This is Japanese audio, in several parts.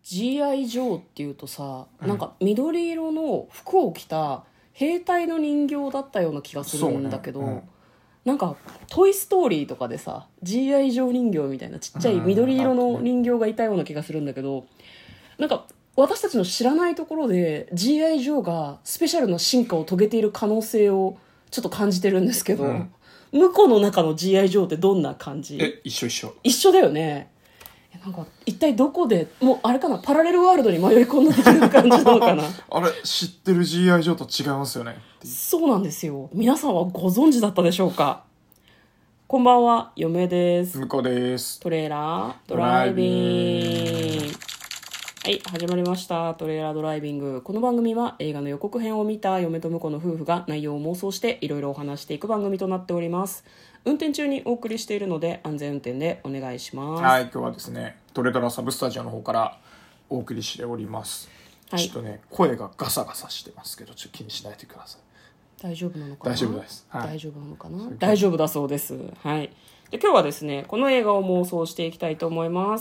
G.I. ジョーっていうとさ、なんか緑色の服を着た兵隊の人形だったような気がするんだけど、 そうねなんかトイストーリーとかでさ G.I. ジョー人形みたいなちっちゃい緑色の人形がいたような気がするんだけど、なんか私たちの知らないところで G.I. ジョーがスペシャルな進化を遂げている可能性をちょっと感じてるんですけど、向こうの中の G.I. ジョーってどんな感じ？ 一緒一緒だよね。なんか一体どこでもうあれかな、パラレルワールドに迷い込んだ的な感じなのかなあれ知ってる G.I. ジョーと違いますよねっていう。 そうなんですよ。皆さんはご存知だったでしょうか。こんばんは、嫁です。 向こうです。 トレーラードライビング。はい、始まりました。トレーラードライビング。この番組は映画の予告編を見た嫁と婿の夫婦が内容を妄想していろいろお話していく番組となっております。運転中にお送りしているので安全運転でお願いします。 はい、今日はですねトレドラサブスタジオの方からお送りしております、 はい、 ちょっとね声がガサガサしてますけどちょっと気にしないでください。 大丈夫なのかな。 大丈夫です、はい、 大丈夫なのかな。大丈夫だそうです。はい。で今日はですねこの映画を妄想していきたいと思います。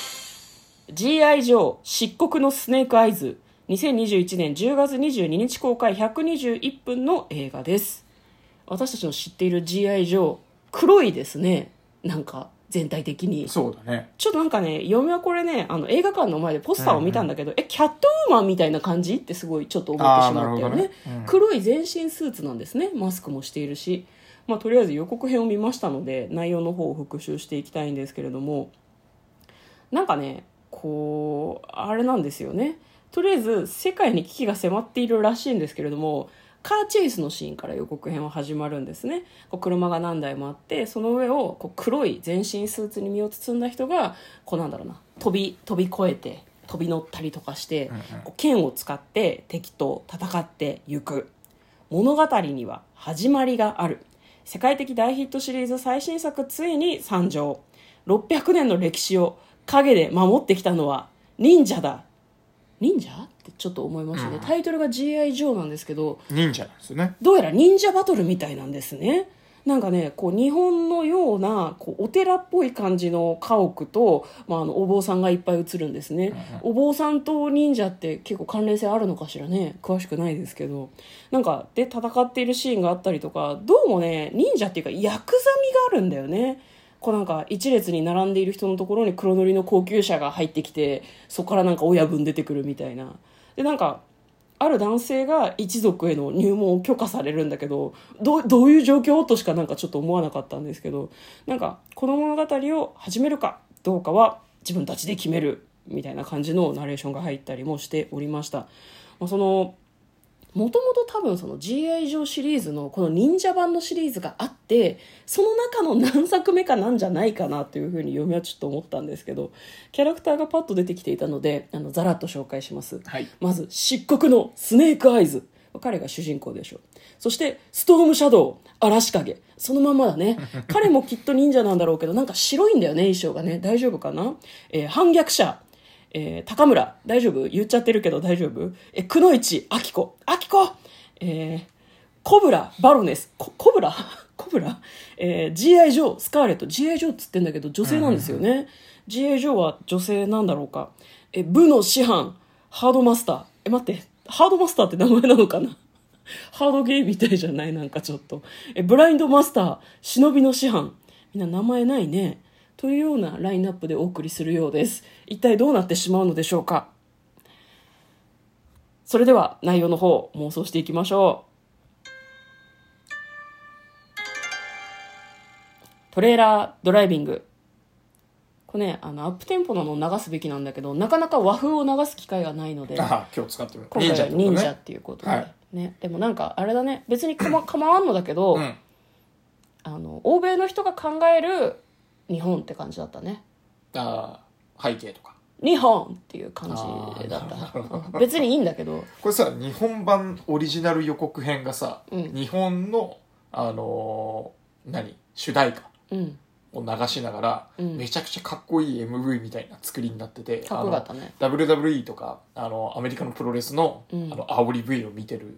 G.I. ジョー漆黒のスネークアイズ、2021年10月22日公開121分の映画です。私たちの知っている G.I. ジョー、黒いですね。なんか全体的にそうだね。 ちょっとなんかね、嫁はこれね映画館の前でポスターを見たんだけど、キャットウーマンみたいな感じってすごいちょっと思ってしまったよね。黒い全身スーツなんですね。マスクもしているし、とりあえず予告編を見ましたので内容の方を復習していきたいんですけれども、なんかねこうあれなんですよね。とりあえず世界に危機が迫っているらしいんですけれども、カーチェイスのシーンから予告編は始まるんですね。こう車が何台もあって、その上をこう黒い全身スーツに身を包んだ人がこうなんだろうな、飛び越えて飛び乗ったりとかして、こう剣を使って敵と戦っていく物語には始まりがある。世界的大ヒットシリーズ最新作ついに参上。600年の歴史を陰で守ってきたのは忍者だ。忍者ってちょっと思いましたね、タイトルが G.I. ジョーなんですけど、 忍者なんですよね。 どうやら忍者バトルみたいなんですね。なんかねこう日本のようなこうお寺っぽい感じの家屋と、お坊さんがいっぱい映るんですね、お坊さんと忍者って結構関連性あるのかしらね。詳しくないですけど、なんかで戦っているシーンがあったりとか、どうもね忍者っていうかヤクザ味があるんだよね。こうなんか一列に並んでいる人のところに黒塗りの高級車が入ってきて、そこからなんか親分出てくるみたいな。でなんかある男性が一族への入門を許可されるんだけど、どういう状況としかなんかちょっと思わなかったんですけど、なんかこの物語を始めるかどうかは自分たちで決めるみたいな感じのナレーションが入ったりもしておりました。そのもともと多分その G.I. ジョーシリーズのこの忍者版のシリーズがあって、その中の何作目かなんじゃないかなというふうに嫁はちょっと思ったんですけど、キャラクターがパッと出てきていたのでざらっと紹介します、 はい、 まず漆黒のスネークアイズ、彼が主人公でしょう。そしてストームシャドウ、嵐影、そのままだね彼もきっと忍者なんだろうけど、なんか白いんだよね衣装がね。大丈夫かな。反逆者、高村、大丈夫？言っちゃってるけど大丈夫？くのいち、あきこ、コブラ、バロネス、コブラG.I. ジョー、スカーレット、G.I. ジョーっつってんだけど女性なんですよね。G.I. ジョーは女性なんだろうか。部の師範、ハードマスター。待って、ハードマスターって名前なのかなハードゲーみたいじゃない？なんかちょっと。ブラインドマスター、忍びの師範。みんな名前ないね。というようなラインナップでお送りするようです。一体どうなってしまうのでしょうか。それでは内容の方妄想していきましょう。トレーラードライビング。これねアップテンポなのを流すべきなんだけど、なかなか和風を流す機会がないので、 今日使ってる今回は忍者っていうことで、はいね、でもなんかあれだね、別に構わんのだけど、欧米の人が考える日本って感じだったね。 背景とか日本っていう感じだった。別にいいんだけど、 これさ日本版オリジナル予告編がさ、日本の主題歌を流しながら、めちゃくちゃかっこいい MV みたいな作りになってて、 かっこよかったね。 WWE とかアメリカのプロレスの、煽り V を見てる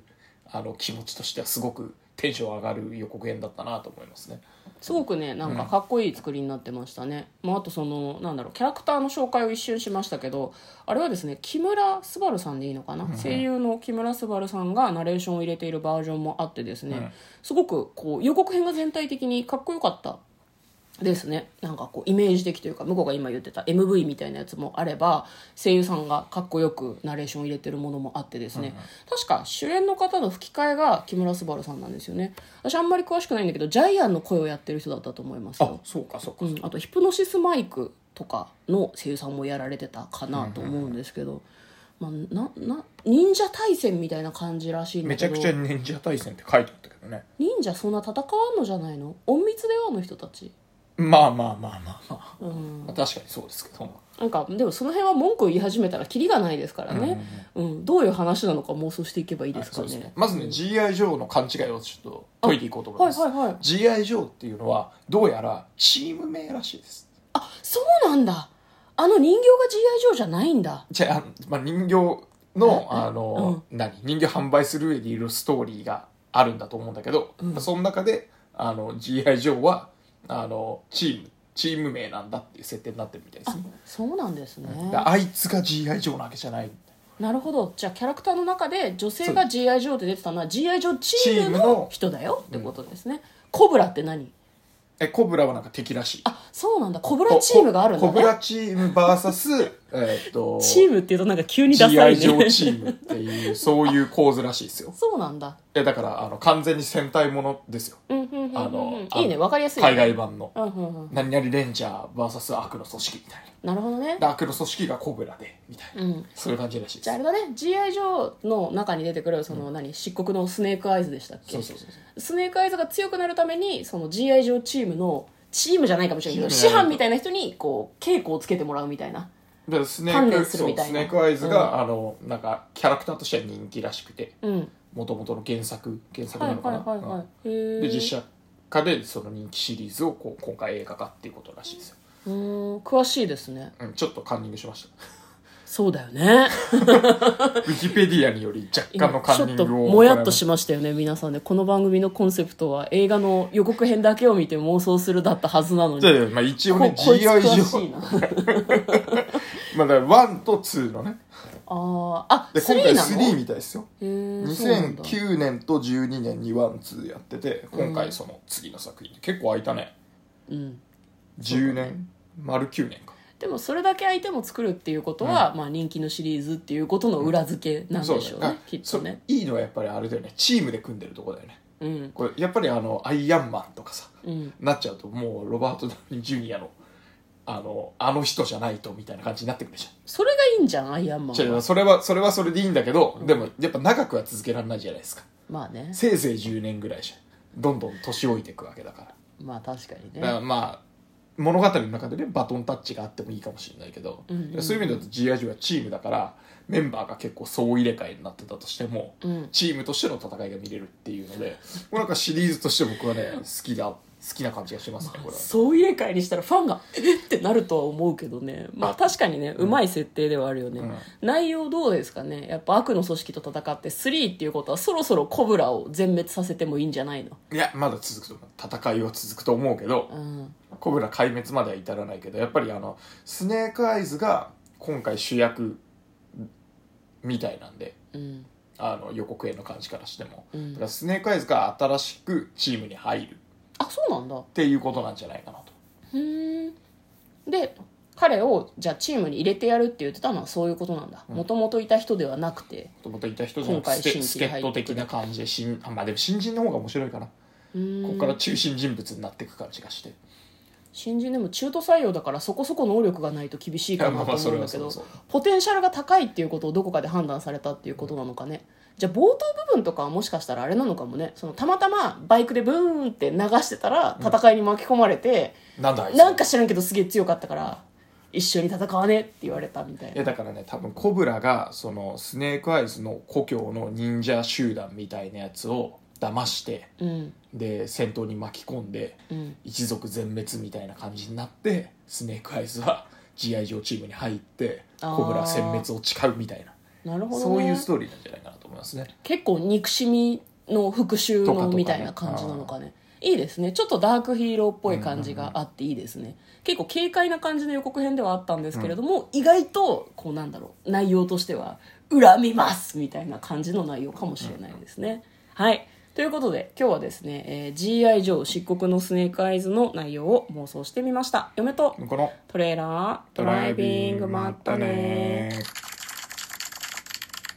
気持ちとしてはすごくテンション上がる予告編だったなと思いますね。 すごくねなんかかっこいい作りになってましたね、まあ、あとそのなんだろうキャラクターの紹介を一瞬しましたけど、あれはですね木村昴さんでいいのかな、声優の木村昴さんがナレーションを入れているバージョンもあってですね、すごくこう予告編が全体的にかっこよかったですね。なんかこうイメージ的というか、向こうが今言ってた MV みたいなやつもあれば、声優さんがかっこよくナレーションを入れてるものもあってですね、確か主演の方の吹き替えが木村昴さんなんですよね。私あんまり詳しくないんだけど、ジャイアンの声をやってる人だったと思いますよ。 そうかそうか、 あとヒプノシスマイクとかの声優さんもやられてたかなと思うんですけど、まあ、忍者対戦みたいな感じらしいんだめちけど、 ゃくちゃ忍者対戦って書いてあったけどね。 忍者そんな戦わんのじゃないの？隠密ではあの人たち。 まあまあまあまあまあ、確かにそうですけど、 なんかでもその辺は文句を言い始めたらキリがないですからね、どういう話なのか妄想していけばいいですかね。 そうですね。まずね、G.I. ジョーの勘違いをちょっと解いていこうと思います。G.I. ジョーっていうのはどうやらチーム名らしいです。 あ、そうなんだ。あの人形が G.I. ジョーじゃないんだ。 じゃあ、まあ、人形の人形販売する上でいるストーリーがあるんだと思うんだけど、その中でG.I. ジョーはチーム名なんだっていう設定になってるみたいですね。 そうなんですね。 あいつが G.I. ジョーなわけじゃない。 なるほど。じゃあキャラクターの中で女性が G.I. ジョーって出てたのは G.I. ジョーチームの人だよってことですね。コブラって何？ コブラはなんか敵らしい。 あ、そうなんだ。コブラチームがあるんだね。 コブラチーム VS チームっていうとなんか急にダサいね。 G.I. ジョーチームっていうそういう構図らしいですよ。 そうなんだ。 だから完全に戦隊ものですよ。 いいね、わかりやすい、ね、 海外版の、何々レンジャー VS 悪の組織みたいな。 なるほどね。 悪の組織がコブラでみたいな、そういう感じらしいです。 じゃああれだね、 G.I. ジョーの中に出てくるその、漆黒のスネークアイズでしたっけ。 そうスネークアイズが強くなるためにその G.I. ジョーチームのチームじゃないかもしれないけど師範みたいな人にこう稽古をつけてもらうみたいな、 スネ鍛錬するみたいな。 ークアイズが、なんかキャラクターとしては人気らしくて、もともとの原作なのかな、で実写化でその人気シリーズを今回映画化っていうことらしいですよ。 詳しいですね。 ちょっとカンニングしました。 そうだよね。 ウィキペディアにより若干のカンニングをちょっともやっとしましたよね皆さんで。この番組のコンセプトは映画の予告編だけを見て妄想するだったはずなのに、 まあ、一応ね G.I. ジョーまあだから1と2のね、で今回3みたいですよ。2009年と12年に1,2やってて、今回その次の作品で結構空いたね。10年丸9年か。 でもそれだけ相手も作るっていうことは、まあ人気のシリーズっていうことの裏付けなんでしょうね、きっとね。 いいのはやっぱりあれだよね、チームで組んでるとこだよね。これやっぱりアイアンマンとかさ、なっちゃうともうロバート・ダウニー・ジュニアのあの人じゃないとみたいな感じになってくるじゃん。 それがいいんじゃん、アイアンマンは。 それはそれでいいんだけど、でもやっぱ長くは続けられないじゃないですか。 まあね、 せいぜい10年ぐらいじゃん。どんどん年老いていくわけだから。 まあ確かにね。 だからまあ物語の中でねバトンタッチがあってもいいかもしれないけど、そういう意味だと G.I. ジョーはチームだからメンバーが結構総入れ替えになってたとしても、チームとしての戦いが見れるっていうので、もうなんかシリーズとして僕はね好きな感じがしますね。これは総入れ替えにしたらファンがえってなるとは思うけどね。まあ確かにね、うまい設定ではあるよね。内容どうですかね。やっぱ悪の組織と戦って3っていうことはそろそろコブラを全滅させてもいいんじゃないの。いやまだ続くと思う。戦いは続くと思うけど、コブラ壊滅までは至らないけど、やっぱりスネークアイズが今回主役みたいなんで、予告編の感じからしても、だからスネークアイズが新しくチームに入る、 そうなんだっていうことなんじゃないかなと。 で彼をじゃあチームに入れてやるって言ってたのはそういうことなんだ。もともといた人ではなくて、 もともといた人じゃなくて助っ人的な感じでまあでも新人の方が面白いかな。ここから中心人物になっていく感じがして、 新人でも中途採用だからそこそこ能力がないと厳しいかなと思うんだけど、ポテンシャルが高いっていうことをどこかで判断されたっていうことなのかね。じゃあ冒頭部分とかはもしかしたらあれなのかもね。そのたまたまバイクでブーンって流してたら戦いに巻き込まれて、なんか知らんけどすげえ強かったから一緒に戦わねって言われたみたいな。 だからね、多分コブラがそのスネークアイズの故郷の忍者集団みたいなやつを騙して、で戦闘に巻き込んで、一族全滅みたいな感じになって、スネークアイズは G.I. ジョーチームに入ってコブラ殲滅を誓うみたいななるほどね。 そういうストーリーなんじゃないかなと思いますね。 結構憎しみの復讐とかねのみたいな感じなのかね。いいですね。ちょっとダークヒーローっぽい感じがあっていいですね。結構軽快な感じの予告編ではあったんですけれども、意外とこうなんだろう、内容としては恨みますみたいな感じの内容かもしれないですね。はい。ということで今日はですね、G.I. ジョー漆黒のスネークアイズの内容を妄想してみました。嫁とこのトレーラードライビングまったね。